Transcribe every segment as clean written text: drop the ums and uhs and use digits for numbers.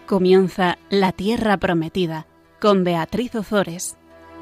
Comienza La Tierra Prometida con Beatriz Ozores.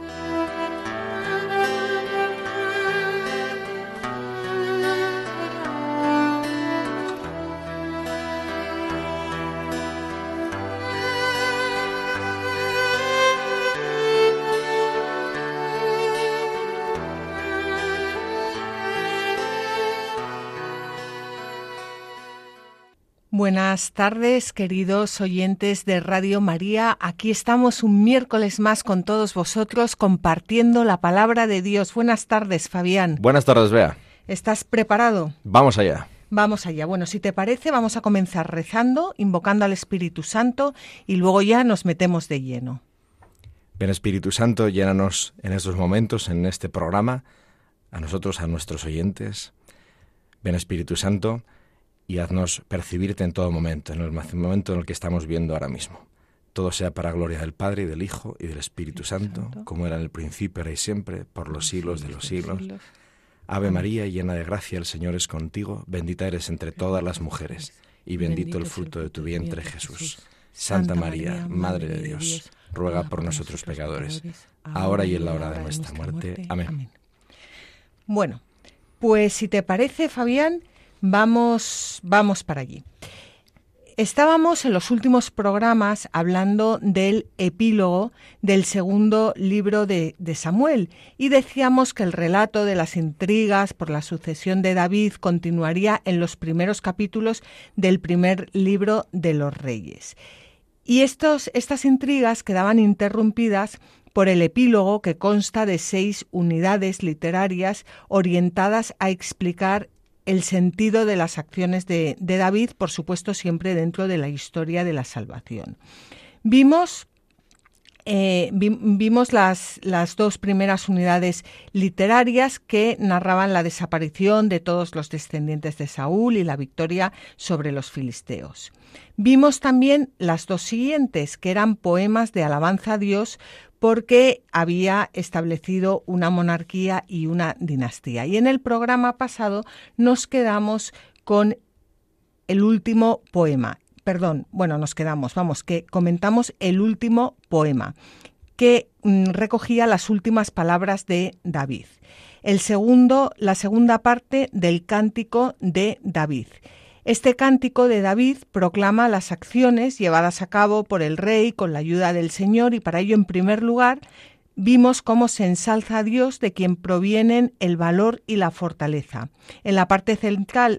Buenas tardes, queridos oyentes de Radio María. Aquí estamos un miércoles más con todos vosotros compartiendo la palabra de Dios. Buenas tardes, Fabián. Buenas tardes, Bea. ¿Estás preparado? Vamos allá. Vamos allá. Bueno, si te parece, vamos a comenzar rezando, invocando al Espíritu Santo y luego ya nos metemos de lleno. Ven, Espíritu Santo, llénanos en estos momentos, en este programa, a nosotros, a nuestros oyentes. Ven, Espíritu Santo, y haznos percibirte en todo momento, en el momento en el que estamos viendo ahora mismo. Todo sea para gloria del Padre, y del Hijo, y del Espíritu Santo, como era en el principio, ahora y siempre, por los siglos de los siglos. Ave María, llena de gracia, el Señor es contigo, bendita eres entre todas las mujeres, y bendito el fruto de tu vientre, Jesús. Santa María, Madre de Dios, ruega por nosotros pecadores, ahora y en la hora de nuestra muerte. Amén. Bueno, pues si te parece, Fabián, Vamos para allí. Estábamos en los últimos programas hablando del epílogo del segundo libro de Samuel y decíamos que el relato de las intrigas por la sucesión de David continuaría en los primeros capítulos del primer libro de los Reyes. Y estas intrigas quedaban interrumpidas por el epílogo, que consta de 6 unidades literarias orientadas a explicar el sentido de las acciones de David, por supuesto siempre dentro de la historia de la salvación. Vimos las 2 primeras unidades literarias que narraban la desaparición de todos los descendientes de Saúl y la victoria sobre los filisteos. Vimos también las 2 siguientes, que eran poemas de alabanza a Dios porque había establecido una monarquía y una dinastía. Y en el programa pasado nos quedamos con el último poema. Que comentamos el último poema, que recogía las últimas palabras de David. La segunda parte del cántico de David. Este cántico de David proclama las acciones llevadas a cabo por el rey con la ayuda del Señor, y para ello, en primer lugar, vimos cómo se ensalza a Dios, de quien provienen el valor y la fortaleza. En la parte central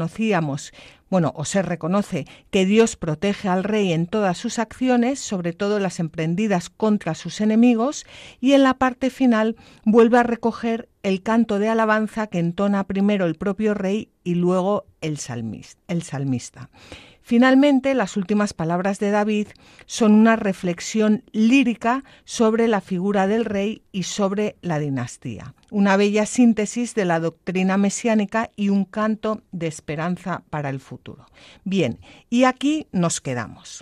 se reconoce que Dios protege al rey en todas sus acciones, sobre todo las emprendidas contra sus enemigos, y en la parte final vuelve a recoger el canto de alabanza que entona primero el propio rey y luego el salmista. Finalmente, las últimas palabras de David son una reflexión lírica sobre la figura del rey y sobre la dinastía, una bella síntesis de la doctrina mesiánica y un canto de esperanza para el futuro. Bien, y aquí nos quedamos.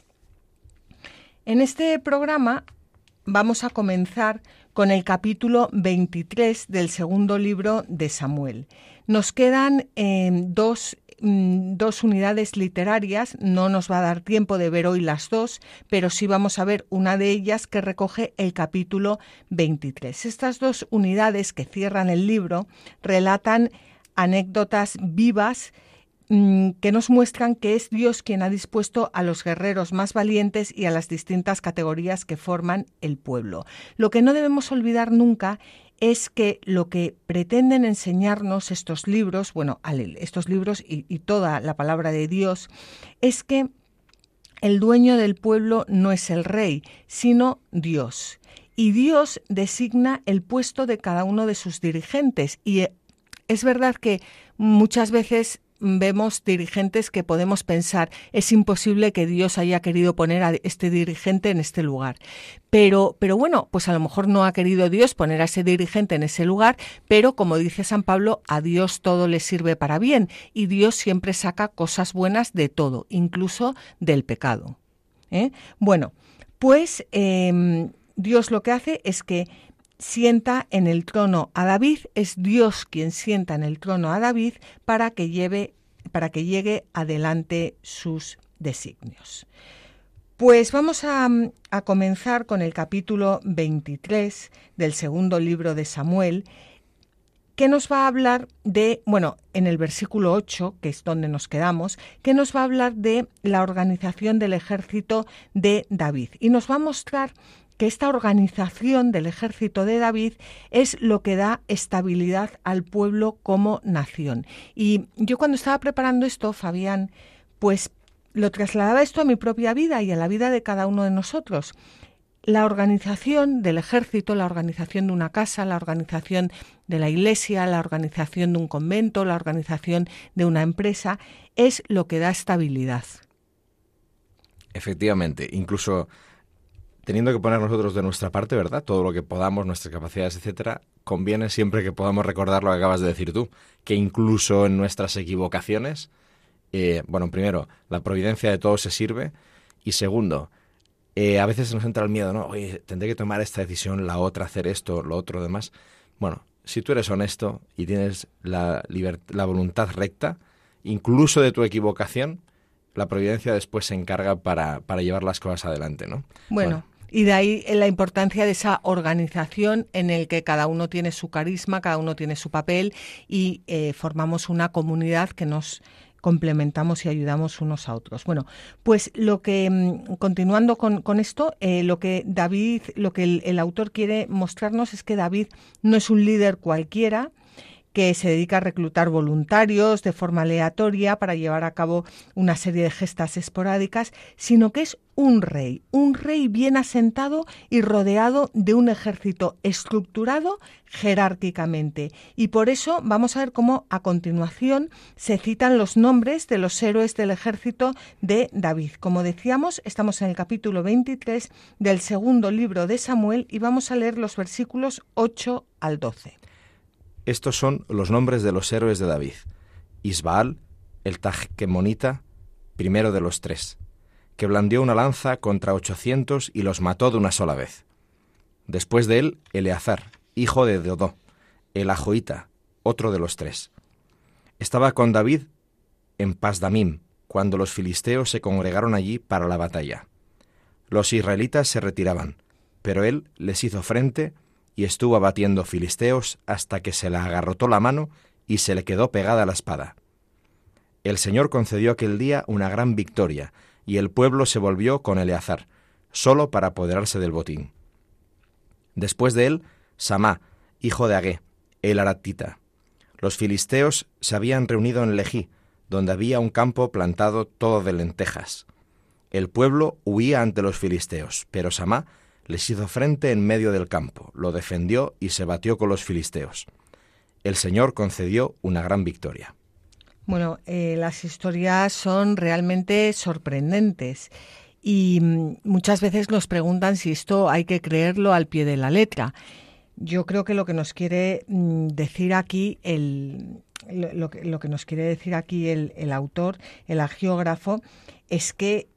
En este programa vamos a comenzar con el capítulo 23 del segundo libro de Samuel. Nos quedan dos unidades literarias, no nos va a dar tiempo de ver hoy las 2, pero sí vamos a ver una de ellas que recoge el capítulo 23. Estas 2 unidades que cierran el libro relatan anécdotas vivas que nos muestran que es Dios quien ha dispuesto a los guerreros más valientes y a las distintas categorías que forman el pueblo. Lo que no debemos olvidar nunca es que lo que pretenden enseñarnos estos libros, y toda la palabra de Dios, es que el dueño del pueblo no es el rey, sino Dios. Y Dios designa el puesto de cada uno de sus dirigentes. Y es verdad que muchas veces vemos dirigentes que podemos pensar, es imposible que Dios haya querido poner a este dirigente en este lugar. Pero bueno, pues a lo mejor no ha querido Dios poner a ese dirigente en ese lugar, pero como dice San Pablo, a Dios todo le sirve para bien, y Dios siempre saca cosas buenas de todo, incluso del pecado. Bueno, pues Dios lo que hace es que sienta en el trono a David, es Dios quien sienta en el trono a David para que llegue adelante sus designios. Pues vamos a comenzar con el capítulo 23 del segundo libro de Samuel, que nos va a hablar de, en el versículo 8, que es donde nos quedamos, que nos va a hablar de la organización del ejército de David. Y nos va a mostrar que esta organización del ejército de David es lo que da estabilidad al pueblo como nación. Y yo cuando estaba preparando esto, Fabián, pues lo trasladaba esto a mi propia vida y a la vida de cada uno de nosotros. La organización del ejército, la organización de una casa, la organización de la iglesia, la organización de un convento, la organización de una empresa, es lo que da estabilidad. Efectivamente, incluso teniendo que poner nosotros de nuestra parte, ¿verdad? Todo lo que podamos, nuestras capacidades, etcétera, conviene siempre que podamos recordar lo que acabas de decir tú, que incluso en nuestras equivocaciones, primero, la providencia de todo se sirve, y segundo, a veces nos entra el miedo, ¿no? Oye, tendré que tomar esta decisión, la otra, hacer esto, lo otro, demás. Bueno, si tú eres honesto y tienes la voluntad recta, incluso de tu equivocación, la providencia después se encarga para llevar las cosas adelante, ¿no? Bueno, y de ahí la importancia de esa organización en el que cada uno tiene su carisma, cada uno tiene su papel y formamos una comunidad que nos complementamos y ayudamos unos a otros. Bueno, pues continuando con esto, lo que el autor quiere mostrarnos es que David no es un líder cualquiera que se dedica a reclutar voluntarios de forma aleatoria para llevar a cabo una serie de gestas esporádicas, sino que es un rey bien asentado y rodeado de un ejército estructurado jerárquicamente. Y por eso vamos a ver cómo a continuación se citan los nombres de los héroes del ejército de David. Como decíamos, estamos en el capítulo 23 del segundo libro de Samuel y vamos a leer los versículos 8 al 12. Estos son los nombres de los héroes de David. Isbaal, el Tajquemonita, primero de los 3, que blandió una lanza contra 800 y los mató de una sola vez. Después de él, Eleazar, hijo de Dodó, el Ajoita, otro de los 3. Estaba con David en Pasdamim, cuando los filisteos se congregaron allí para la batalla. Los israelitas se retiraban, pero él les hizo frente y estuvo abatiendo filisteos hasta que se le agarrotó la mano y se le quedó pegada la espada. El Señor concedió aquel día una gran victoria, y el pueblo se volvió con Eleazar, solo para apoderarse del botín. Después de él, Samá, hijo de Agé, el aratita. Los filisteos se habían reunido en Lejí, donde había un campo plantado todo de lentejas. El pueblo huía ante los filisteos, pero Samá les hizo frente en medio del campo, lo defendió y se batió con los filisteos. El Señor concedió una gran victoria. Bueno, las historias son realmente sorprendentes y muchas veces nos preguntan si esto hay que creerlo al pie de la letra. Yo creo que lo que nos quiere decir aquí lo que nos quiere decir aquí el autor, el hagiógrafo, es que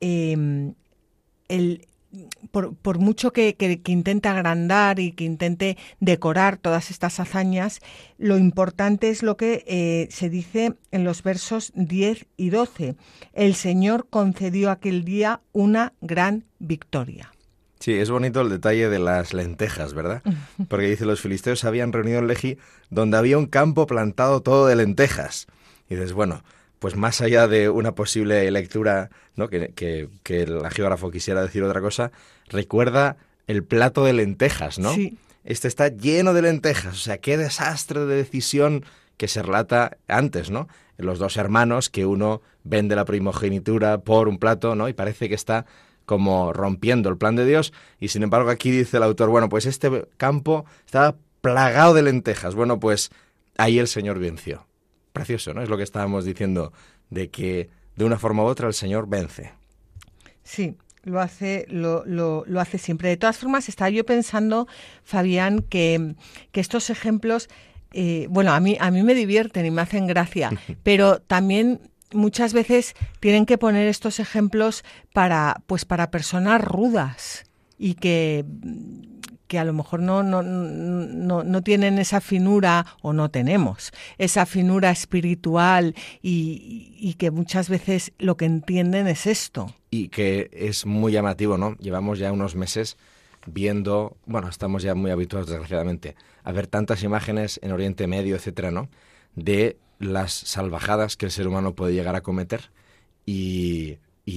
por mucho que intente agrandar y que intente decorar todas estas hazañas, lo importante es lo que se dice en los versos 10 y 12. El Señor concedió aquel día una gran victoria. Sí, es bonito el detalle de las lentejas, ¿verdad? Porque dice, los filisteos se habían reunido en Lejí, donde había un campo plantado todo de lentejas. Y dices, bueno, pues más allá de una posible lectura, ¿no? que el hagiógrafo quisiera decir otra cosa, recuerda el plato de lentejas, ¿no? Sí. Este está lleno de lentejas, o sea, qué desastre de decisión que se relata antes, ¿no? Los dos hermanos, que uno vende la primogenitura por un plato, ¿no? Y parece que está como rompiendo el plan de Dios, y sin embargo aquí dice el autor, bueno, pues este campo estaba plagado de lentejas. Bueno, pues ahí el Señor venció. Precioso, ¿no? Es lo que estábamos diciendo, de que de una forma u otra el Señor vence. Sí, lo hace siempre. De todas formas, estaba yo pensando, Fabián, que estos ejemplos, a mí me divierten y me hacen gracia, pero también muchas veces tienen que poner estos ejemplos para personas rudas y que a lo mejor no tienen esa finura, o no tenemos esa finura espiritual, y que muchas veces lo que entienden es esto. Y que es muy llamativo, ¿no? Llevamos ya unos meses viendo, bueno, estamos ya muy habituados, desgraciadamente, a ver tantas imágenes en Oriente Medio, etcétera, ¿no?, de las salvajadas que el ser humano puede llegar a cometer. Y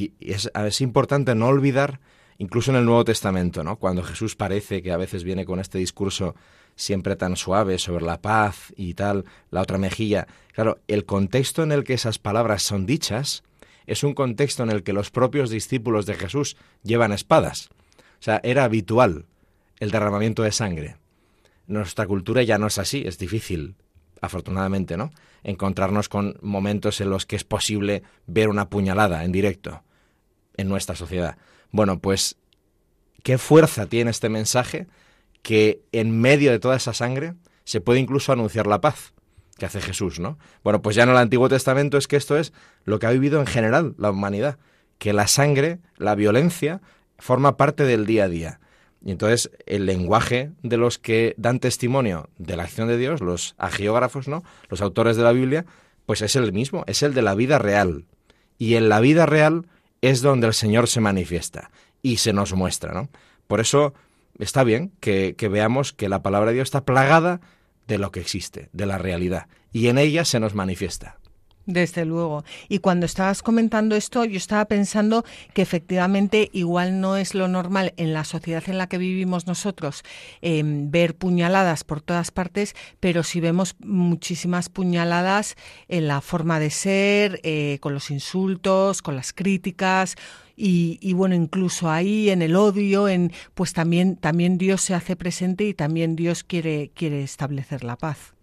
es importante no olvidar, incluso en el Nuevo Testamento, ¿no?, cuando Jesús parece que a veces viene con este discurso siempre tan suave sobre la paz y tal, la otra mejilla. Claro, el contexto en el que esas palabras son dichas es un contexto en el que los propios discípulos de Jesús llevan espadas. O sea, era habitual el derramamiento de sangre. Nuestra cultura ya no es así, es difícil, afortunadamente, ¿no?, encontrarnos con momentos en los que es posible ver una puñalada en directo en nuestra sociedad. Bueno, pues, ¿qué fuerza tiene este mensaje que en medio de toda esa sangre se puede incluso anunciar la paz que hace Jesús, ¿no? Bueno, pues ya en el Antiguo Testamento es que esto es lo que ha vivido en general la humanidad, que la sangre, la violencia, forma parte del día a día. Y entonces el lenguaje de los que dan testimonio de la acción de Dios, los agiógrafos, ¿no?, los autores de la Biblia, pues es el mismo, es el de la vida real. Y en la vida real es donde el Señor se manifiesta y se nos muestra, ¿no? Por eso está bien que veamos que la palabra de Dios está plagada de lo que existe, de la realidad, y en ella se nos manifiesta. Desde luego. Y cuando estabas comentando esto, yo estaba pensando que efectivamente igual no es lo normal en la sociedad en la que vivimos nosotros ver puñaladas por todas partes, pero sí vemos muchísimas puñaladas en la forma de ser, con los insultos, con las críticas. Y bueno, incluso ahí en el odio, pues también Dios se hace presente, y también Dios quiere establecer la paz.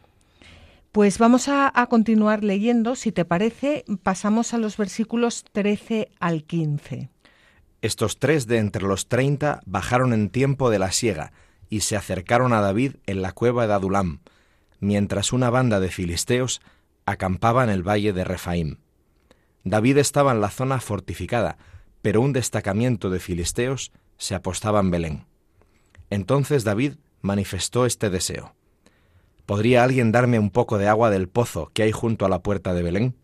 Pues vamos a continuar leyendo. Si te parece, pasamos a los versículos 13 al 15. Estos 3 de entre los 30 bajaron en tiempo de la siega y se acercaron a David en la cueva de Adulam, mientras una banda de filisteos acampaba en el valle de Refaim. David estaba en la zona fortificada, pero un destacamiento de filisteos se apostaba en Belén. Entonces David manifestó este deseo: ¿podría alguien darme un poco de agua del pozo que hay junto a la puerta de Belén?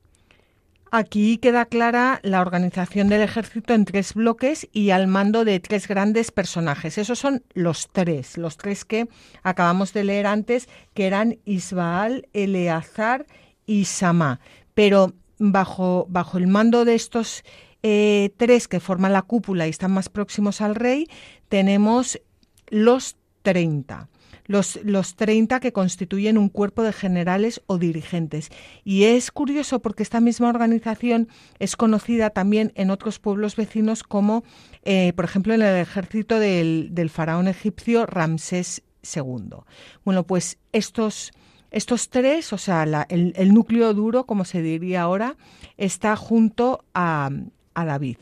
Aquí queda clara la organización del ejército en 3 bloques y al mando de 3 grandes personajes. Esos son los tres que acabamos de leer antes, que eran Isbaal, Eleazar y Samá. Pero bajo el mando de estos 3 que forman la cúpula y están más próximos al rey, tenemos los 30. Los 30 que constituyen un cuerpo de generales o dirigentes. Y es curioso porque esta misma organización es conocida también en otros pueblos vecinos como, por ejemplo, en el ejército del faraón egipcio Ramsés II. Bueno, pues estos 3, o sea, el núcleo duro, como se diría ahora, está junto a David.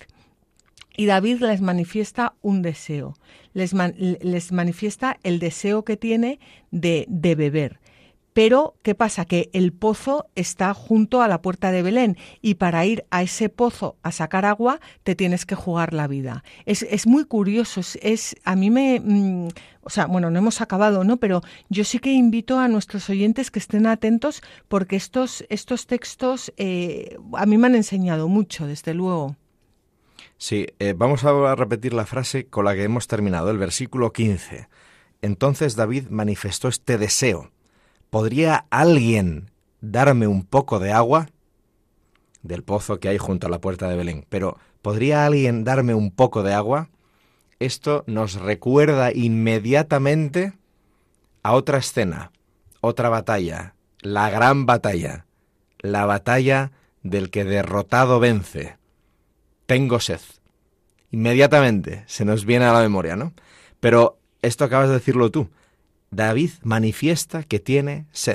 Y David les manifiesta un deseo, les manifiesta el deseo que tiene de beber. Pero, ¿qué pasa? Que el pozo está junto a la puerta de Belén, y para ir a ese pozo a sacar agua te tienes que jugar la vida. Es muy curioso, a mí o sea, bueno, no hemos acabado, ¿no? Pero yo sí que invito a nuestros oyentes que estén atentos, porque estos textos a mí me han enseñado mucho, desde luego. Sí, vamos a repetir la frase con la que hemos terminado, el versículo 15. Entonces David manifestó este deseo: ¿podría alguien darme un poco de agua del pozo que hay junto a la puerta de Belén? Pero, ¿podría alguien darme un poco de agua? Esto nos recuerda inmediatamente a otra escena, otra batalla, la gran batalla, la batalla del que derrotado vence. Tengo sed. Inmediatamente se nos viene a la memoria, ¿no? Pero esto acabas de decirlo tú. David manifiesta que tiene sed.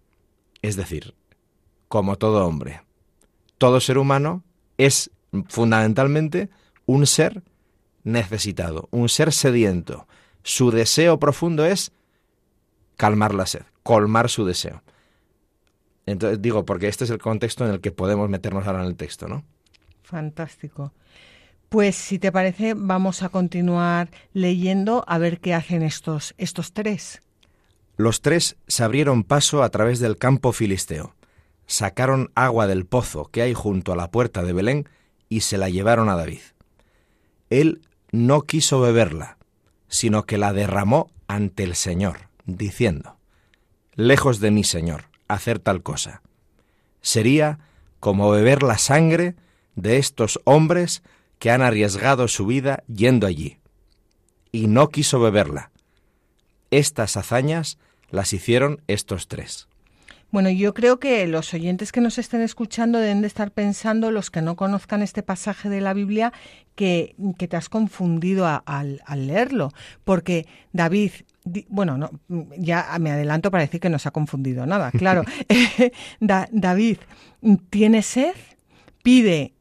Es decir, como todo hombre, todo ser humano es fundamentalmente un ser necesitado, un ser sediento. Su deseo profundo es calmar la sed, colmar su deseo. Entonces digo, porque este es el contexto en el que podemos meternos ahora en el texto, ¿no? Fantástico. Pues si te parece, vamos a continuar leyendo a ver qué hacen estos tres. Los tres se abrieron paso a través del campo filisteo, sacaron agua del pozo que hay junto a la puerta de Belén y se la llevaron a David. Él no quiso beberla, sino que la derramó ante el Señor, diciendo: «Lejos de mí, Señor, hacer tal cosa. Sería como beber la sangre de estos hombres que han arriesgado su vida yendo allí». Y no quiso beberla. Estas hazañas las hicieron estos tres. Bueno, yo creo que los oyentes que nos estén escuchando deben de estar pensando, los que no conozcan este pasaje de la Biblia, que te has confundido al leerlo, porque David, no, ya me adelanto para decir que no se ha confundido nada, claro. David tiene sed, pide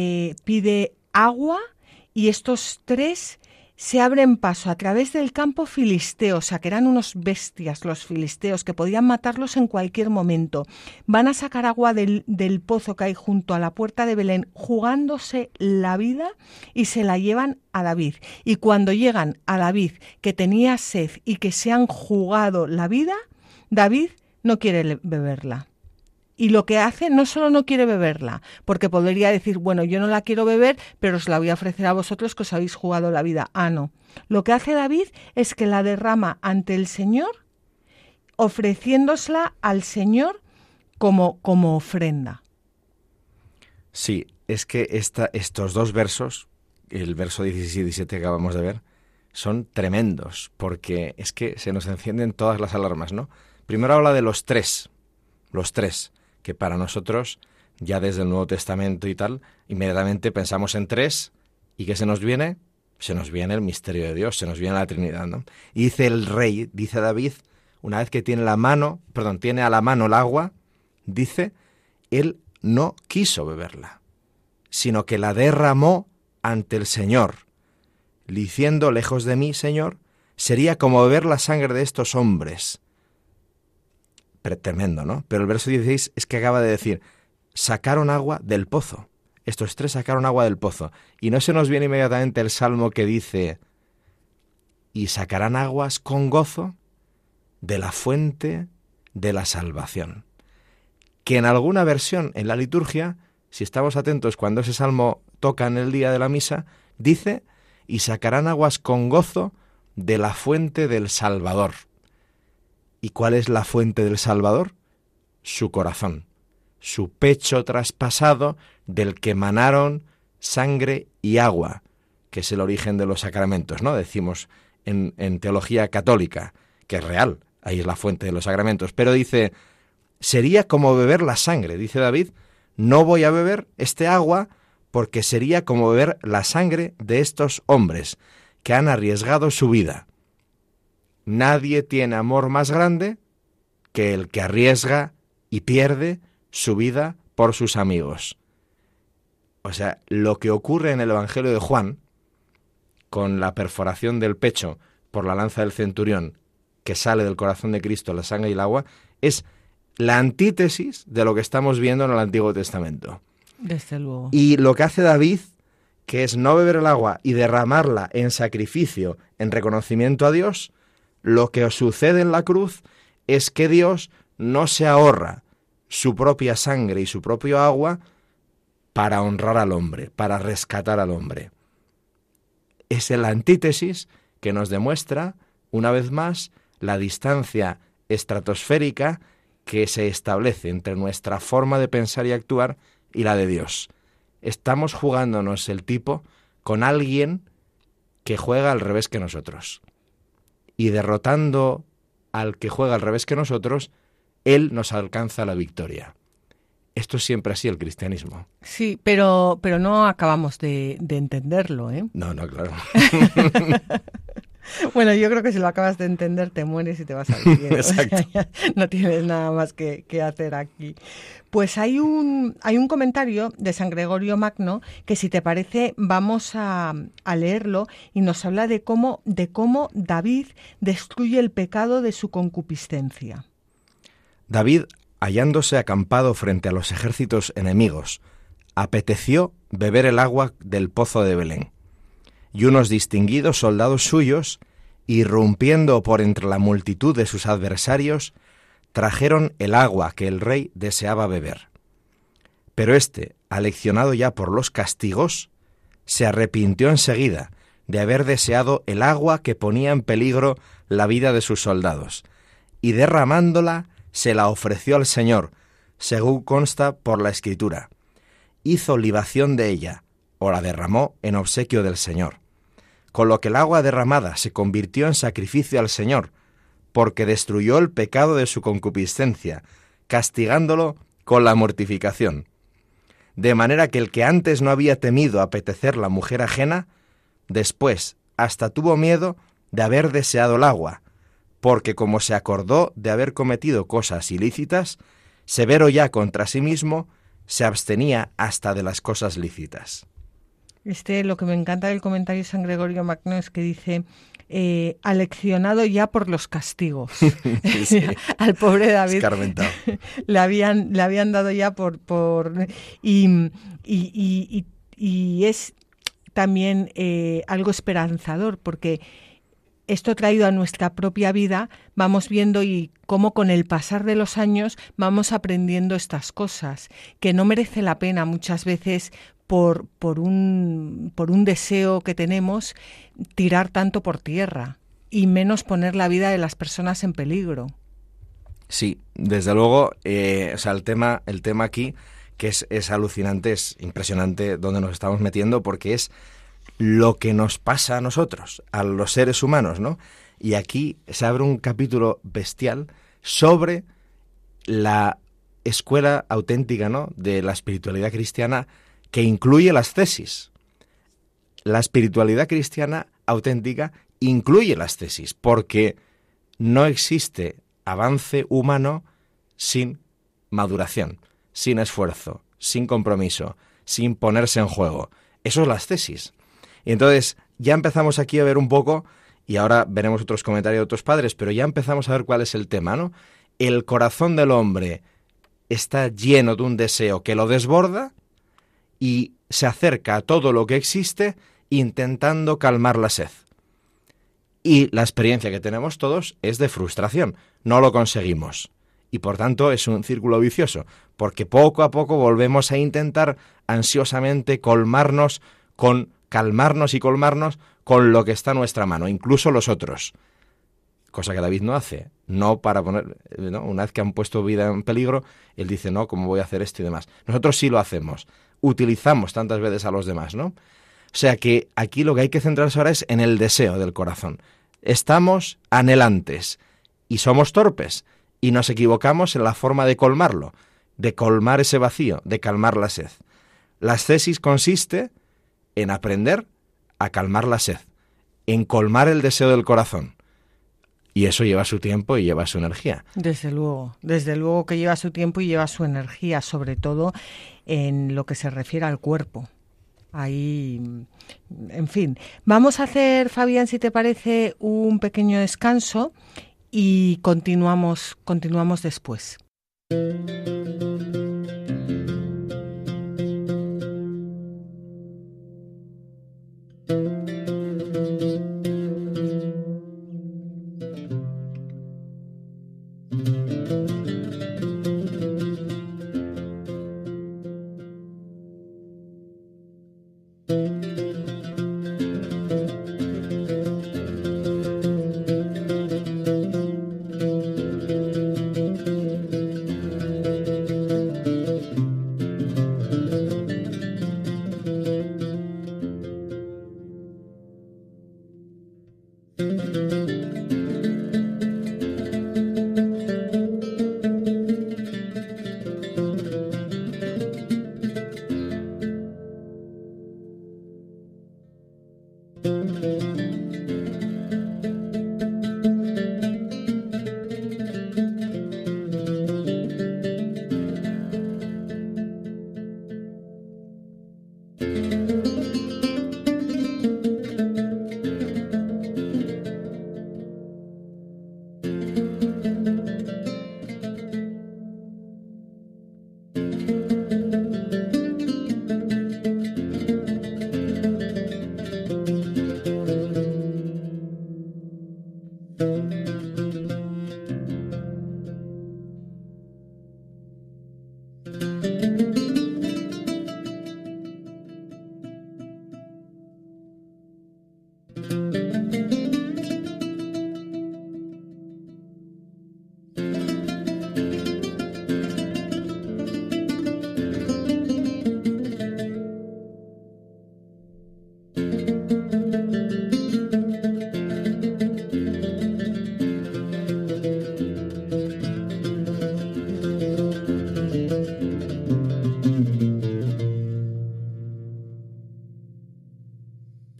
agua, y estos tres se abren paso a través del campo filisteo, o sea, que eran unos bestias los filisteos, que podían matarlos en cualquier momento. Van a sacar agua del pozo que hay junto a la puerta de Belén, jugándose la vida, y se la llevan a David. Y cuando llegan a David, que tenía sed y que se han jugado la vida, David no quiere beberla. Y lo que hace, no solo no quiere beberla, porque podría decir, bueno, yo no la quiero beber, pero os la voy a ofrecer a vosotros que os habéis jugado la vida. Ah, no. Lo que hace David es que la derrama ante el Señor, ofreciéndosla al Señor como ofrenda. Sí, es que estos dos versos, el verso 16 y 17 que acabamos de ver, son tremendos, porque es que se nos encienden todas las alarmas, ¿no? Primero habla de los tres, que para nosotros, ya desde el Nuevo Testamento y tal, inmediatamente pensamos en tres, ¿y qué se nos viene? Se nos viene el misterio de Dios, se nos viene la Trinidad, ¿no? Y dice el rey, dice David, una vez que tiene a la mano el agua, dice, él no quiso beberla, sino que la derramó ante el Señor, diciendo: «Lejos de mí, Señor, sería como beber la sangre de estos hombres». Tremendo, ¿no? Pero el verso 16 es que acaba de decir, sacaron agua del pozo. Estos tres sacaron agua del pozo. Y no se nos viene inmediatamente el salmo que dice, y sacarán aguas con gozo de la fuente de la salvación. Que en alguna versión en la liturgia, si estamos atentos cuando ese salmo toca en el día de la misa, dice, y sacarán aguas con gozo de la fuente del Salvador. ¿Y cuál es la fuente del Salvador? Su corazón, su pecho traspasado, del que emanaron sangre y agua, que es el origen de los sacramentos, ¿no? Decimos en teología católica, que es real, ahí es la fuente de los sacramentos, pero dice, sería como beber la sangre, dice David, no voy a beber este agua porque sería como beber la sangre de estos hombres que han arriesgado su vida. Nadie tiene amor más grande que el que arriesga y pierde su vida por sus amigos. O sea, lo que ocurre en el Evangelio de Juan, con la perforación del pecho por la lanza del centurión, que sale del corazón de Cristo, la sangre y el agua, es la antítesis de lo que estamos viendo en el Antiguo Testamento. Desde luego. Y lo que hace David, que es no beber el agua y derramarla en sacrificio, en reconocimiento a Dios, lo que sucede en la cruz es que Dios no se ahorra su propia sangre y su propio agua para honrar al hombre, para rescatar al hombre. Es la antítesis que nos demuestra, una vez más, la distancia estratosférica que se establece entre nuestra forma de pensar y actuar y la de Dios. Estamos jugándonos el tipo con alguien que juega al revés que nosotros. Y derrotando al que juega al revés que nosotros, Él nos alcanza la victoria. Esto es siempre así el cristianismo. Sí, pero no acabamos de entenderlo, ¿eh? No, claro. Bueno, yo creo que si lo acabas de entender te mueres y te vas a vivir. Exacto. O sea, no tienes nada más que hacer aquí. Pues hay un comentario de San Gregorio Magno que, si te parece, vamos a leerlo, y nos habla de cómo David destruye el pecado de su concupiscencia. David, hallándose acampado frente a los ejércitos enemigos, apeteció beber el agua del pozo de Belén. Y unos distinguidos soldados suyos, irrumpiendo por entre la multitud de sus adversarios, trajeron el agua que el rey deseaba beber. Pero éste, aleccionado ya por los castigos, se arrepintió enseguida de haber deseado el agua que ponía en peligro la vida de sus soldados, y derramándola se la ofreció al Señor, según consta por la Escritura. Hizo libación de ella, o la derramó en obsequio del Señor. Con lo que el agua derramada se convirtió en sacrificio al Señor, porque destruyó el pecado de su concupiscencia, castigándolo con la mortificación. De manera que el que antes no había temido apetecer la mujer ajena, después hasta tuvo miedo de haber deseado el agua, porque como se acordó de haber cometido cosas ilícitas, severo ya contra sí mismo, se abstenía hasta de las cosas lícitas. Lo que me encanta del comentario de San Gregorio Magno es que dice, aleccionado ya por los castigos. Sí. Al pobre David le habían dado ya y es también algo esperanzador, porque esto traído a nuestra propia vida, vamos viendo y cómo con el pasar de los años vamos aprendiendo estas cosas, que no merece la pena muchas veces por un deseo que tenemos tirar tanto por tierra y menos poner la vida de las personas en peligro. Sí, desde luego, el tema aquí que es alucinante, es impresionante donde nos estamos metiendo, porque es lo que nos pasa a nosotros, a los seres humanos, ¿no? Y aquí se abre un capítulo bestial sobre la escuela auténtica, ¿no?, de la espiritualidad cristiana, que incluye las tesis. La espiritualidad cristiana auténtica incluye las tesis, porque no existe avance humano sin maduración, sin esfuerzo, sin compromiso, sin ponerse en juego. Eso es las tesis. Y entonces ya empezamos aquí a ver un poco, y ahora veremos otros comentarios de otros padres, pero ya empezamos a ver cuál es el tema, ¿no? El corazón del hombre está lleno de un deseo que lo desborda y se acerca a todo lo que existe intentando calmar la sed. Y la experiencia que tenemos todos es de frustración, no lo conseguimos. Y por tanto es un círculo vicioso, porque poco a poco volvemos a intentar ansiosamente calmarnos y colmarnos con lo que está a nuestra mano, incluso los otros. Cosa que David no hace, no para poner, ¿no? Una vez que han puesto vida en peligro, él dice, no, ¿cómo voy a hacer esto y demás? Nosotros sí lo hacemos, utilizamos tantas veces a los demás, ¿no? O sea que aquí lo que hay que centrarse ahora es en el deseo del corazón. Estamos anhelantes y somos torpes y nos equivocamos en la forma de colmarlo, de colmar ese vacío, de calmar la sed. La ascesis consiste en aprender a calmar la sed, en colmar el deseo del corazón. Y eso lleva su tiempo y lleva su energía. Desde luego que lleva su tiempo y lleva su energía, sobre todo en lo que se refiere al cuerpo. Ahí, en fin. Vamos a hacer, Fabián, si te parece, un pequeño descanso y continuamos después.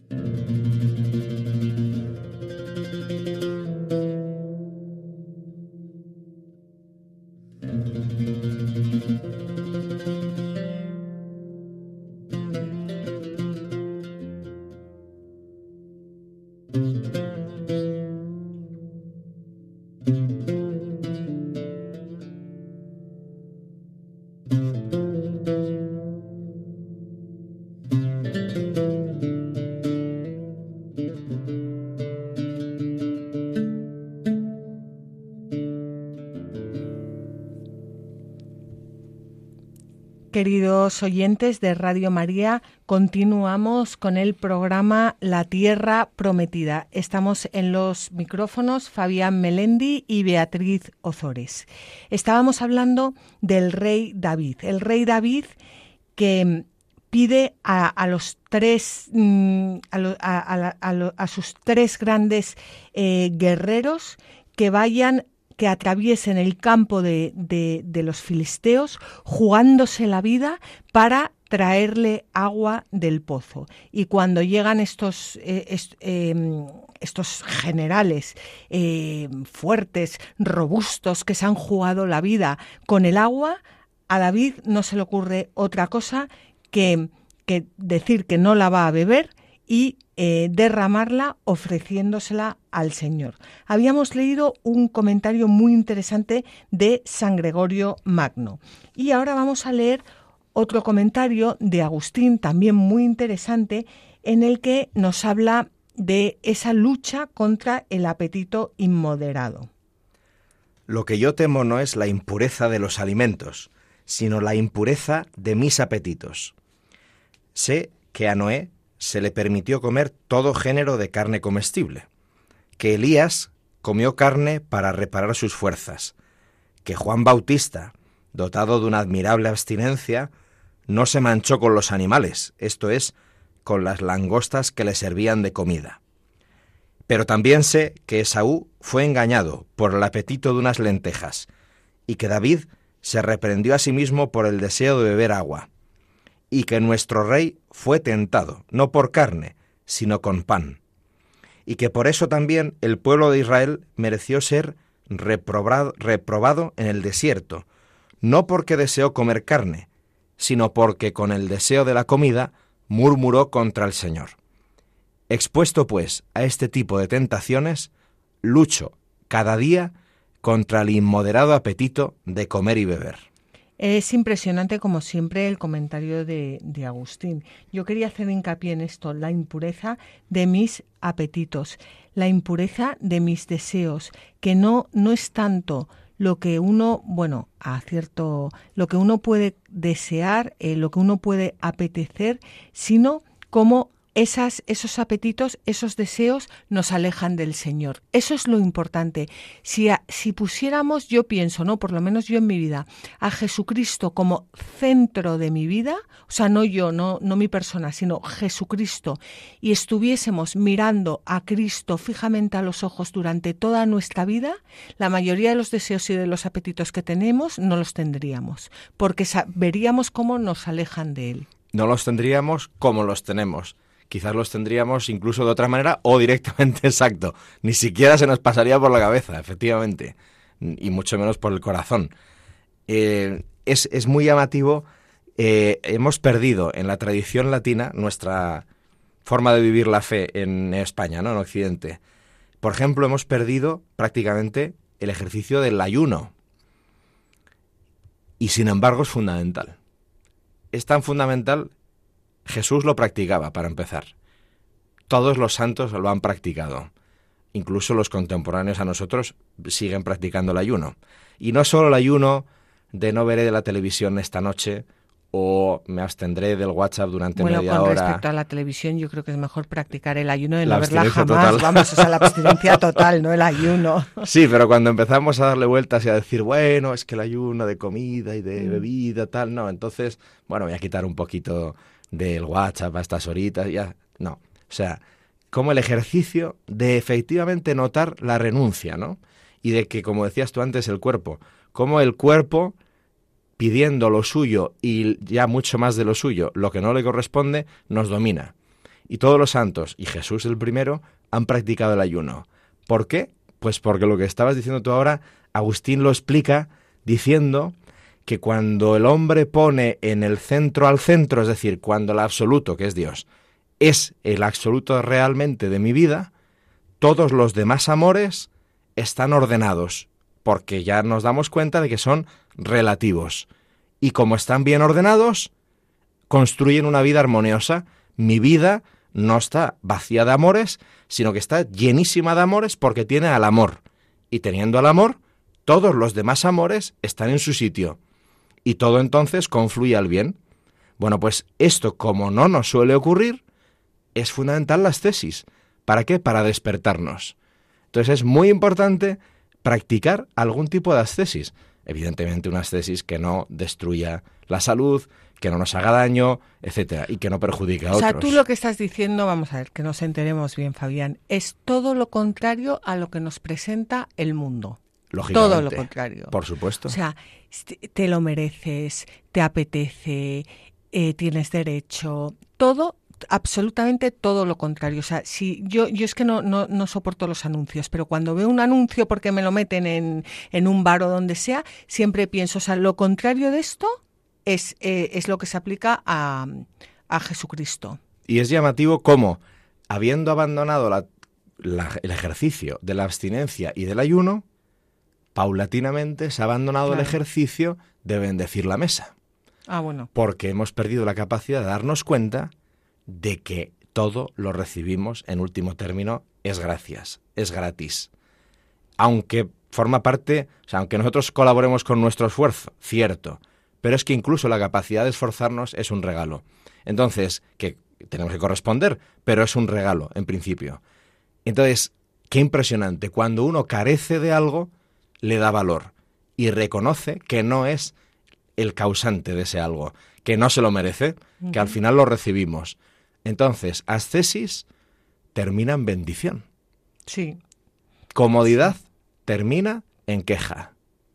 Queridos oyentes de Radio María, continuamos con el programa La Tierra Prometida. Estamos en los micrófonos Fabián Melendi y Beatriz Ozores. Estábamos hablando del rey David. El rey David que pide a sus tres grandes guerreros que vayan, que atraviesen el campo de los filisteos, jugándose la vida para traerle agua del pozo. Y cuando llegan estos generales fuertes, robustos, que se han jugado la vida con el agua, a David no se le ocurre otra cosa que decir que no la va a beber y derramarla ofreciéndosela al Señor. Habíamos leído un comentario muy interesante de San Gregorio Magno y ahora vamos a leer otro comentario de Agustín, también muy interesante, en el que nos habla de esa lucha contra el apetito inmoderado. Lo que yo temo no es la impureza de los alimentos, sino la impureza de mis apetitos. Sé que a Noé se le permitió comer todo género de carne comestible, que Elías comió carne para reparar sus fuerzas, que Juan Bautista, dotado de una admirable abstinencia, no se manchó con los animales, esto es, con las langostas que le servían de comida. Pero también sé que Esaú fue engañado por el apetito de unas lentejas, y que David se reprendió a sí mismo por el deseo de beber agua, y que nuestro rey fue tentado, no por carne, sino con pan, y que por eso también el pueblo de Israel mereció ser reprobado en el desierto, no porque deseó comer carne, sino porque con el deseo de la comida murmuró contra el Señor. Expuesto pues a este tipo de tentaciones, lucho cada día contra el inmoderado apetito de comer y beber. Es impresionante, como siempre, el comentario de Agustín. Yo quería hacer hincapié en esto, la impureza de mis apetitos, la impureza de mis deseos, que no es tanto lo que uno, lo que uno puede desear, lo que uno puede apetecer, sino cómo esos apetitos, esos deseos nos alejan del Señor. Eso es lo importante. Si pusiéramos, yo pienso, por lo menos yo en mi vida, a Jesucristo como centro de mi vida, o sea, no yo, no mi persona, sino Jesucristo, y estuviésemos mirando a Cristo fijamente a los ojos durante toda nuestra vida, la mayoría de los deseos y de los apetitos que tenemos no los tendríamos, porque veríamos cómo nos alejan de Él. No los tendríamos como los tenemos. Quizás los tendríamos incluso de otra manera o directamente exacto. Ni siquiera se nos pasaría por la cabeza, efectivamente, y mucho menos por el corazón. Es muy llamativo. Hemos perdido en la tradición latina nuestra forma de vivir la fe en España, ¿no? En Occidente. Por ejemplo, hemos perdido prácticamente el ejercicio del ayuno. Y sin embargo es fundamental. Es tan fundamental. Jesús lo practicaba, para empezar. Todos los santos lo han practicado. Incluso los contemporáneos a nosotros siguen practicando el ayuno. Y no solo el ayuno de no veré de la televisión esta noche o me abstendré del WhatsApp durante media hora. Bueno, con respecto a la televisión, yo creo que es mejor practicar el ayuno de no verla jamás. Total. Vamos, o sea, la abstinencia total, no el ayuno. Sí, pero cuando empezamos a darle vueltas y a decir, bueno, es que el ayuno de comida y de bebida, tal, no, entonces, voy a quitar un poquito del WhatsApp a estas horitas, ya, no. O sea, como el ejercicio de efectivamente notar la renuncia, ¿no? Y de que, como decías tú antes, como el cuerpo, pidiendo lo suyo y ya mucho más de lo suyo, lo que no le corresponde, nos domina. y todos los santos, y Jesús el primero, han practicado el ayuno. ¿Por qué? Pues porque lo que estabas diciendo tú ahora, Agustín lo explica diciendo que cuando el hombre pone en el centro al centro, es decir, cuando el absoluto, que es Dios, es el absoluto realmente de mi vida, todos los demás amores están ordenados, porque ya nos damos cuenta de que son relativos. Y como están bien ordenados, construyen una vida armoniosa. Mi vida no está vacía de amores, sino que está llenísima de amores porque tiene al amor. Y teniendo al amor, todos los demás amores están en su sitio. Y todo entonces confluye al bien. Bueno, pues esto, como no nos suele ocurrir, es fundamental la ascesis. ¿Para qué? Para despertarnos. Entonces es muy importante practicar algún tipo de ascesis. Evidentemente una ascesis que no destruya la salud, que no nos haga daño, etcétera, y que no perjudique a otros. O sea, tú lo que estás diciendo, vamos a ver, que nos enteremos bien, Fabián, es todo lo contrario a lo que nos presenta el mundo. Lógicamente. Todo lo contrario. Por supuesto. O sea, te lo mereces, te apetece, tienes derecho, todo, absolutamente todo lo contrario. O sea, si yo es que no soporto los anuncios, pero cuando veo un anuncio porque me lo meten en un bar o donde sea, siempre pienso, o sea, lo contrario de esto es lo que se aplica a Jesucristo. Y es llamativo cómo, habiendo abandonado el ejercicio de la abstinencia y del ayuno, paulatinamente se ha abandonado el ejercicio de bendecir la mesa. Ah, bueno. Porque hemos perdido la capacidad de darnos cuenta de que todo lo recibimos, en último término, es gracias, es gratis. Aunque forma parte, o sea, aunque nosotros colaboremos con nuestro esfuerzo, cierto, pero es que incluso la capacidad de esforzarnos es un regalo. Entonces, que tenemos que corresponder, pero es un regalo, en principio. Entonces, qué impresionante, cuando uno carece de algo, le da valor y reconoce que no es el causante de ese algo, que no se lo merece, que al final lo recibimos. Entonces, ascesis termina en bendición. Sí. Comodidad termina en queja.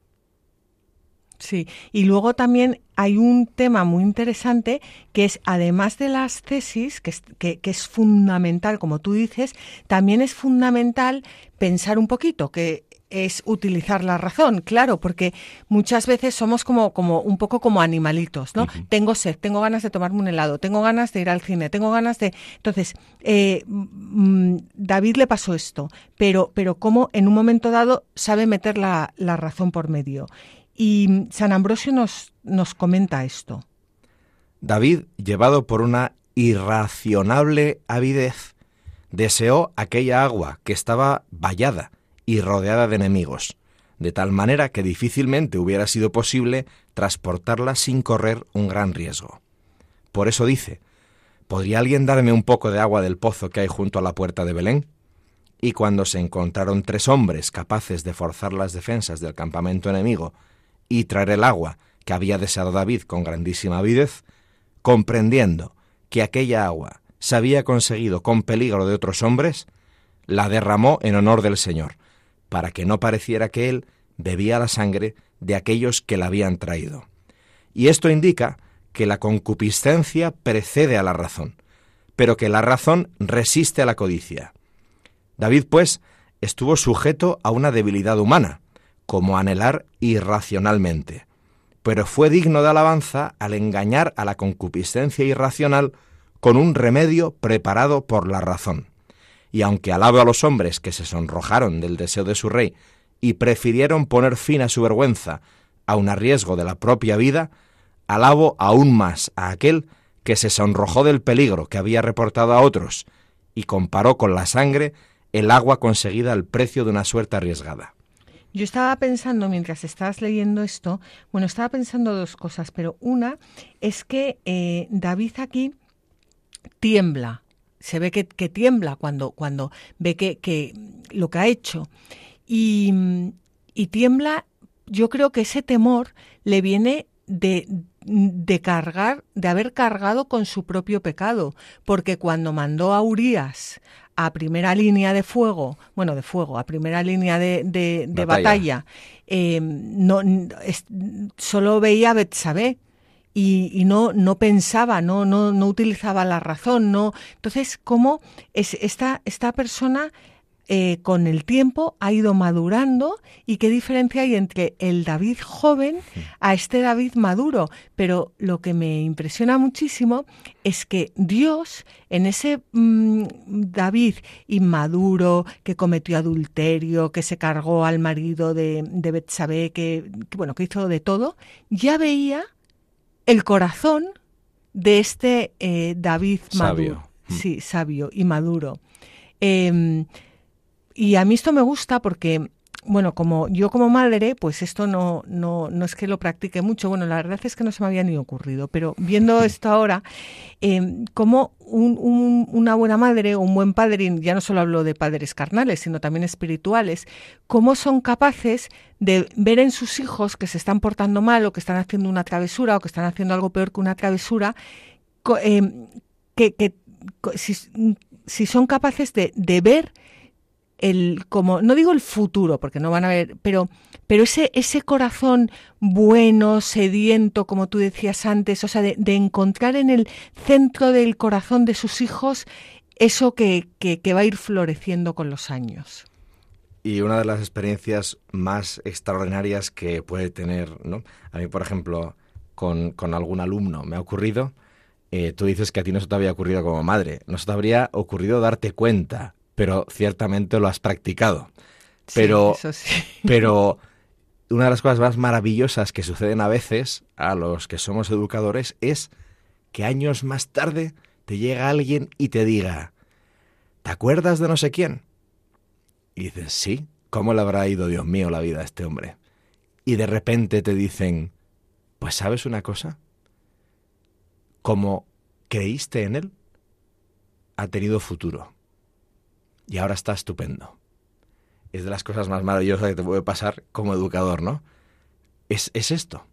Sí, y luego también hay un tema muy interesante que es, además de la ascesis, que es fundamental, como tú dices, también es fundamental pensar un poquito, que es utilizar la razón, claro, porque muchas veces somos como un poco como animalitos, ¿no? Uh-huh. Tengo sed, tengo ganas de tomarme un helado, tengo ganas de ir al cine, tengo ganas de... Entonces, David le pasó esto, pero cómo en un momento dado sabe meter la razón por medio. Y San Ambrosio nos comenta esto. David, llevado por una irracionable avidez, deseó aquella agua que estaba vallada y rodeada de enemigos, de tal manera que difícilmente hubiera sido posible transportarla sin correr un gran riesgo. Por eso dice: ¿podría alguien darme un poco de agua del pozo que hay junto a la puerta de Belén? Y cuando se encontraron 3 hombres capaces de forzar las defensas del campamento enemigo y traer el agua que había deseado David con grandísima avidez, comprendiendo que aquella agua se había conseguido con peligro de otros hombres, la derramó en honor del Señor, para que no pareciera que él bebía la sangre de aquellos que la habían traído. Y esto indica que la concupiscencia precede a la razón, pero que la razón resiste a la codicia. David, pues, estuvo sujeto a una debilidad humana, como anhelar irracionalmente, pero fue digno de alabanza al engañar a la concupiscencia irracional con un remedio preparado por la razón. Y aunque alabo a los hombres que se sonrojaron del deseo de su rey y prefirieron poner fin a su vergüenza aun a riesgo de la propia vida, alabo aún más a aquel que se sonrojó del peligro que había reportado a otros y comparó con la sangre el agua conseguida al precio de una suerte arriesgada. Yo estaba pensando, mientras estabas leyendo esto, estaba pensando 2 cosas, pero una es que David aquí tiembla. Se ve que tiembla cuando ve que lo que ha hecho. Y tiembla, yo creo que ese temor le viene de haber cargado con su propio pecado, porque cuando mandó a Urías a primera línea de fuego, a primera línea de batalla, solo veía a Betsabé. y no pensaba, no utilizaba la razón, no. Entonces, ¿cómo esta persona con el tiempo ha ido madurando y qué diferencia hay entre el David joven a este David maduro? Pero lo que me impresiona muchísimo es que Dios, en ese David inmaduro, que cometió adulterio, que se cargó al marido de Betsabé, que hizo de todo, ya veía el corazón de este David sabio. Maduro. Sí, sabio y maduro. Y a mí esto me gusta porque, como yo como madre, pues esto no es que lo practique mucho. Bueno, la verdad es que no se me había ni ocurrido, pero viendo esto ahora, como una buena madre o un buen padre, y ya no solo hablo de padres carnales, sino también espirituales, cómo son capaces de ver en sus hijos que se están portando mal o que están haciendo una travesura o que están haciendo algo peor que una travesura, si son capaces de ver como no digo el futuro, porque no van a ver, pero ese corazón bueno, sediento, como tú decías antes, o sea, de encontrar en el centro del corazón de sus hijos eso que va a ir floreciendo con los años. Y una de las experiencias más extraordinarias que puede tener, ¿no? A mí, por ejemplo, con algún alumno me ha ocurrido, tú dices que a ti no se te había ocurrido como madre, no se te habría ocurrido darte cuenta, pero ciertamente lo has practicado. Pero, sí, eso sí. Pero una de las cosas más maravillosas que suceden a veces a los que somos educadores es que años más tarde te llega alguien y te diga, ¿te acuerdas de no sé quién? Y dices, sí, ¿cómo le habrá ido, Dios mío, la vida a este hombre? Y de repente te dicen, pues ¿sabes una cosa? Como creíste en él, ha tenido futuro. Y ahora está estupendo. Es de las cosas más maravillosas que te puede pasar como educador, ¿no? Es esto.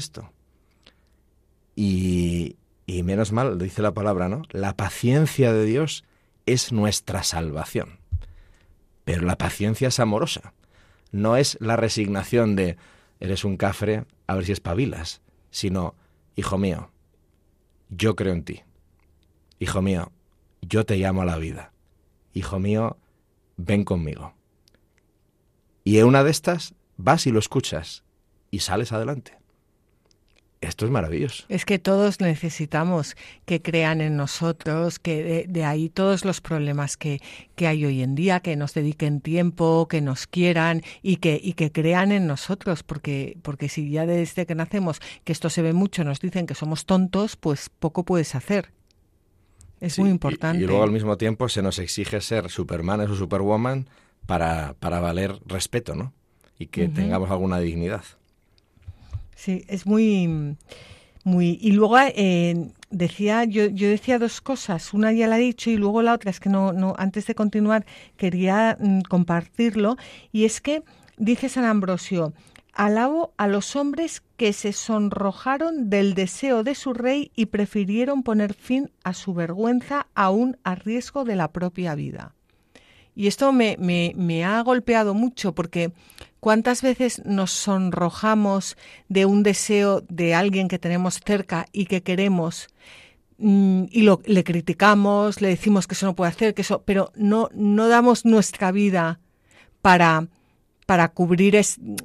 Y menos mal, dice la palabra, ¿no? La paciencia de Dios es nuestra salvación. Pero la paciencia es amorosa. No es la resignación de, eres un cafre, a ver si espabilas. Sino, hijo mío, yo creo en ti. Hijo mío, yo te llamo a la vida. Hijo mío, ven conmigo. Y en una de estas vas y lo escuchas y sales adelante. Esto es maravilloso. Es que todos necesitamos que crean en nosotros, que de ahí todos los problemas que hay hoy en día, que nos dediquen tiempo, que nos quieran y que crean en nosotros, porque si ya desde que nacemos, que esto se ve mucho, nos dicen que somos tontos, pues poco puedes hacer. Es muy importante. Y luego al mismo tiempo se nos exige ser Supermanes o Superwoman para valer respeto, ¿no? Y que tengamos alguna dignidad. Sí, es muy... Y luego decía, yo decía dos cosas. Una ya la he dicho y luego la otra es que no antes de continuar quería compartirlo. Y es que dice San Ambrosio: alabo a los hombres que se sonrojaron del deseo de su rey y prefirieron poner fin a su vergüenza aún a riesgo de la propia vida. Y esto me ha golpeado mucho porque ¿cuántas veces nos sonrojamos de un deseo de alguien que tenemos cerca y que queremos y le criticamos, le decimos que eso no puede hacer, pero no damos nuestra vida para cubrir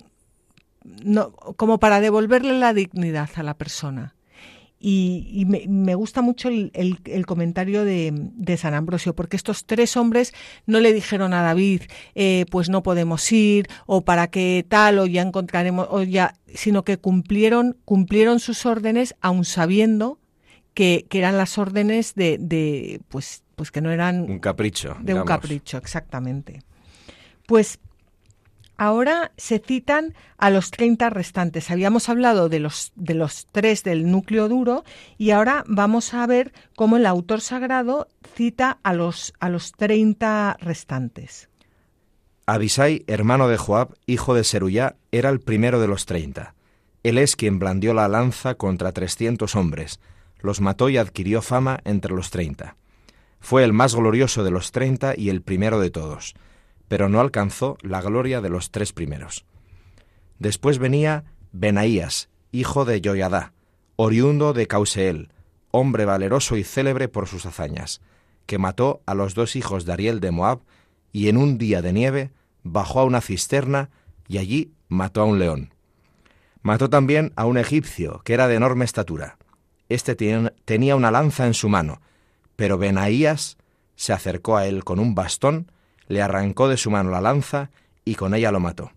como para devolverle la dignidad a la persona? Y me gusta mucho el comentario de San Ambrosio, porque estos tres hombres no le dijeron a David, pues no podemos ir, o para qué tal, o ya encontraremos, sino que cumplieron sus órdenes, aun sabiendo que eran las órdenes de pues que no eran un capricho. De digamos. Un capricho, exactamente. Pues ahora se citan a los 30 restantes. Habíamos hablado de los 3 del núcleo duro y ahora vamos a ver cómo el autor sagrado cita a los 30 restantes. Abisai, hermano de Joab, hijo de Seruyá, era el primero de los 30. Él es quien blandió la lanza contra 300 hombres. Los mató y adquirió fama entre los 30. Fue el más glorioso de los 30 y el primero de todos, pero no alcanzó la gloria de los 3 primeros. Después venía Benaías, hijo de Joiadá, oriundo de Causeel, hombre valeroso y célebre por sus hazañas, que mató a los 2 hijos de Ariel de Moab, y en un día de nieve bajó a una cisterna y allí mató a un león. Mató también a un egipcio, que era de enorme estatura. Este tenía una lanza en su mano, pero Benaías se acercó a él con un bastón, le arrancó de su mano la lanza y con ella lo mató.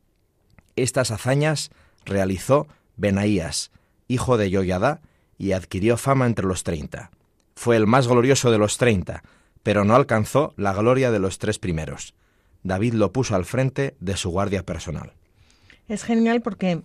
Estas hazañas realizó Benaías, hijo de Joiadá, y adquirió fama entre los 30. Fue el más glorioso de los 30, pero no alcanzó la gloria de los 3 primeros. David lo puso al frente de su guardia personal. Es genial porque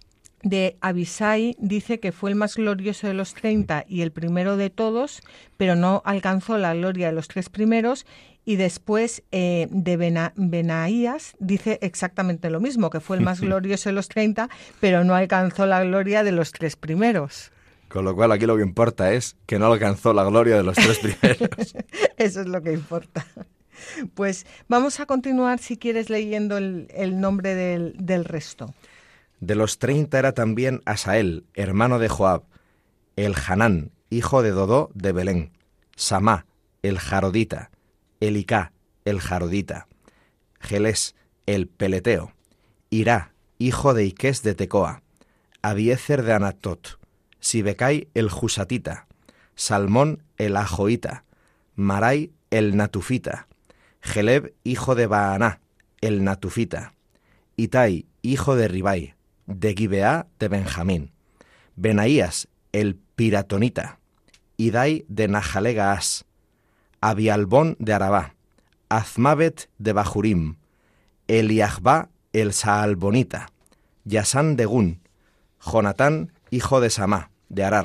de Abisai dice que fue el más glorioso de los 30 y el primero de todos, pero no alcanzó la gloria de los 3 primeros. Y después de Benaías dice exactamente lo mismo, que fue el más glorioso de los 30, pero no alcanzó la gloria de los 3 primeros. Con lo cual aquí lo que importa es que no alcanzó la gloria de los 3 primeros. Eso es lo que importa. Pues vamos a continuar, si quieres, leyendo el nombre del resto. De los 30 era también Asael, hermano de Joab, el Hanán, hijo de Dodó de Belén, Samá, el Jarodita, Elicá, el Jarodita, Gelés, el Peleteo, Irá, hijo de Iqués de Tecoa, Abiezer de Anatot, Sibecai, el Jusatita, Salmón, el Ajoita, Marai, el Natufita, Geleb, hijo de Baaná, el Natufita, Itai, hijo de Ribai, de Gibeá de Benjamín, Benaías, el Piratonita, Idai de Nahalegaas, Abialbón de Arabá, Azmabet de Bajurim, Eliahbá el Saalbonita, Yasán de Gun, Jonatán, hijo de Samá, de Arar,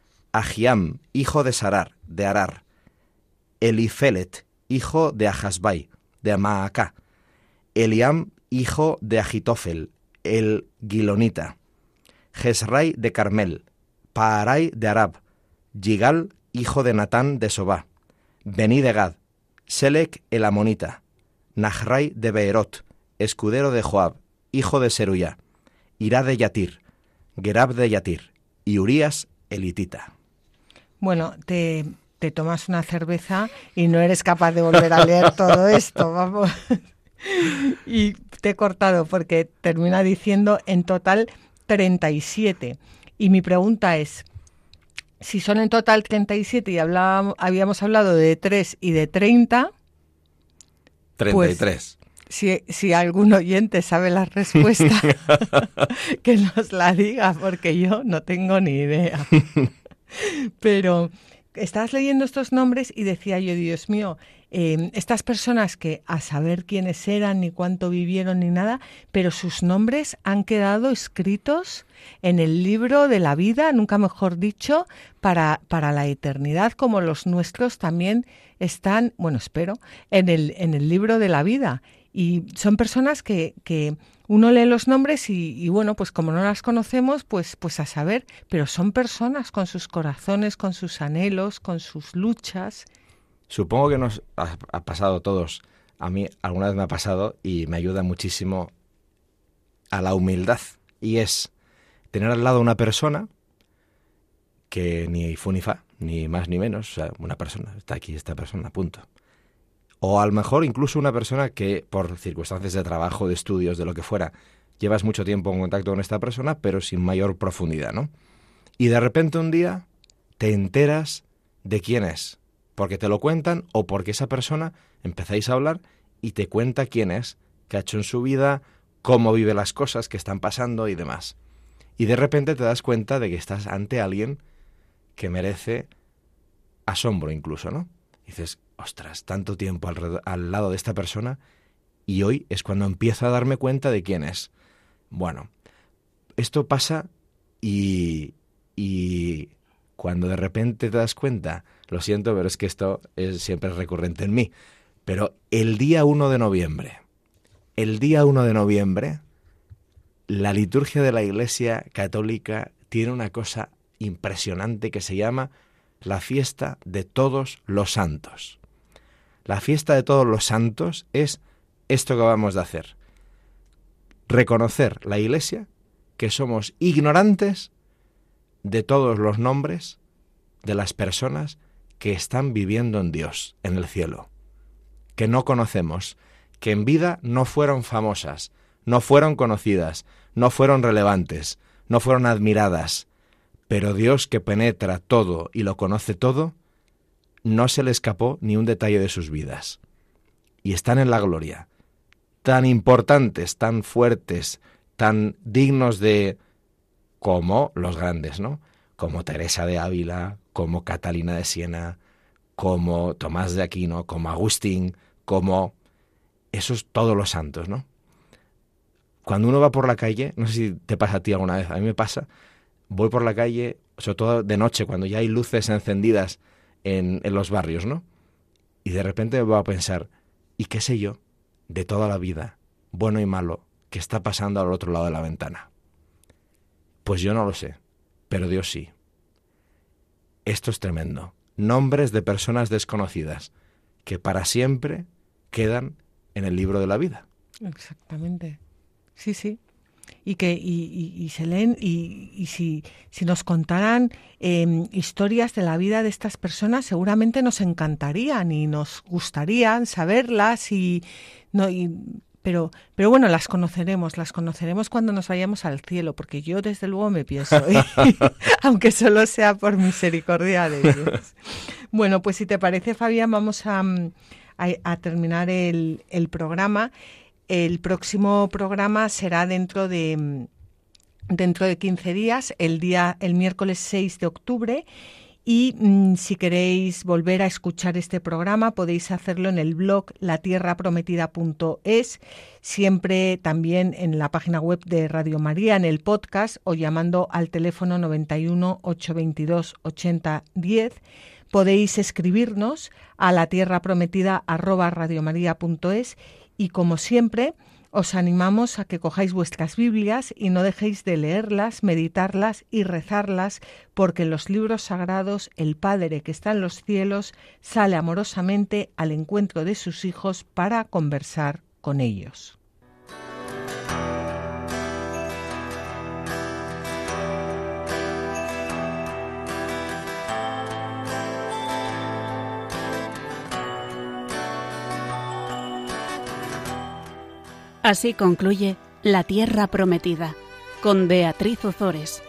Ahiam, hijo de Sarar, de Arar, Elifelet, hijo de Ajasbai, de Maacá, Eliam, hijo de Agitofel, el Gilonita, Jesrai de Carmel, Paarai de Arab, Yigal, hijo de Natán de Sobá, Bení de Gad, Selec el Amonita, Nahrai de Beerot, escudero de Joab, hijo de Seruyá, Irá de Yatir, Gerab de Yatir y Urías el hitita. Bueno, te tomas una cerveza y no eres capaz de volver a leer todo esto, vamos. Y te he cortado porque termina diciendo en total 37. Y mi pregunta es, si son en total 37 y habíamos hablado de 3 y de 30... 33. Pues, si algún oyente sabe la respuesta, que nos la diga, porque yo no tengo ni idea. Pero estabas leyendo estos nombres y decía yo, Dios mío, estas personas que a saber quiénes eran, ni cuánto vivieron, ni nada, pero sus nombres han quedado escritos en el libro de la vida, nunca mejor dicho, para la eternidad, como los nuestros también están, bueno, espero, en el libro de la vida. Y son personas que uno lee los nombres y bueno, pues como no las conocemos, pues a saber, pero son personas con sus corazones, con sus anhelos, con sus luchas. Supongo que nos ha pasado a todos. A mí alguna vez me ha pasado y me ayuda muchísimo a la humildad. Y es tener al lado una persona que ni fu ni fa, ni más ni menos. O sea, una persona, está aquí esta persona, punto. O a lo mejor incluso una persona que por circunstancias de trabajo, de estudios, de lo que fuera, llevas mucho tiempo en contacto con esta persona, pero sin mayor profundidad, ¿no? Y de repente un día te enteras de quién es. Porque te lo cuentan o porque esa persona empezáis a hablar y te cuenta quién es, qué ha hecho en su vida, cómo vive las cosas que están pasando y demás. Y de repente te das cuenta de que estás ante alguien que merece asombro incluso, ¿no? Y dices, ostras, tanto tiempo al lado de esta persona y hoy es cuando empiezo a darme cuenta de quién es. Bueno, esto pasa y cuando de repente te das cuenta, lo siento, pero es que esto es siempre recurrente en mí, pero el día 1 de noviembre, la liturgia de la Iglesia Católica tiene una cosa impresionante que se llama la fiesta de todos los santos. La fiesta de todos los santos es esto que acabamos de hacer. Reconocer la Iglesia que somos ignorantes de todos los nombres de las personas que están viviendo en Dios, en el cielo, que no conocemos, que en vida no fueron famosas, no fueron conocidas, no fueron relevantes, no fueron admiradas, pero Dios, que penetra todo y lo conoce todo, no se le escapó ni un detalle de sus vidas. Y están en la gloria, tan importantes, tan fuertes, tan dignos de... como los grandes, ¿no? Como Teresa de Ávila, como Catalina de Siena, como Tomás de Aquino, como Agustín, como esos todos los santos, ¿no? Cuando uno va por la calle, no sé si te pasa a ti alguna vez, a mí me pasa, voy por la calle, sobre todo de noche, cuando ya hay luces encendidas en los barrios, ¿no? Y de repente me voy a pensar, ¿y qué sé yo de toda la vida, bueno y malo, que está pasando al otro lado de la ventana? Pues yo no lo sé, pero Dios sí. Esto es tremendo. Nombres de personas desconocidas que para siempre quedan en el libro de la vida. Exactamente. Sí, sí. Y que se leen, y si nos contaran historias de la vida de estas personas, seguramente nos encantarían y nos gustarían saberlas pero bueno, las conoceremos cuando nos vayamos al cielo, porque yo desde luego me pienso, aunque solo sea por misericordia de Dios. Bueno, pues si te parece, Fabián, vamos a terminar el programa. El próximo programa será dentro de 15 días, el miércoles 6 de octubre. Y si queréis volver a escuchar este programa, podéis hacerlo en el blog latierraprometida.es, siempre también en la página web de Radio María, en el podcast, o llamando al teléfono 91 822 8010. Podéis escribirnos a latierraprometida@radiomaria.es, y como siempre os animamos a que cojáis vuestras Biblias y no dejéis de leerlas, meditarlas y rezarlas, porque en los libros sagrados el Padre que está en los cielos sale amorosamente al encuentro de sus hijos para conversar con ellos. Así concluye La Tierra Prometida, con Beatriz Ozores.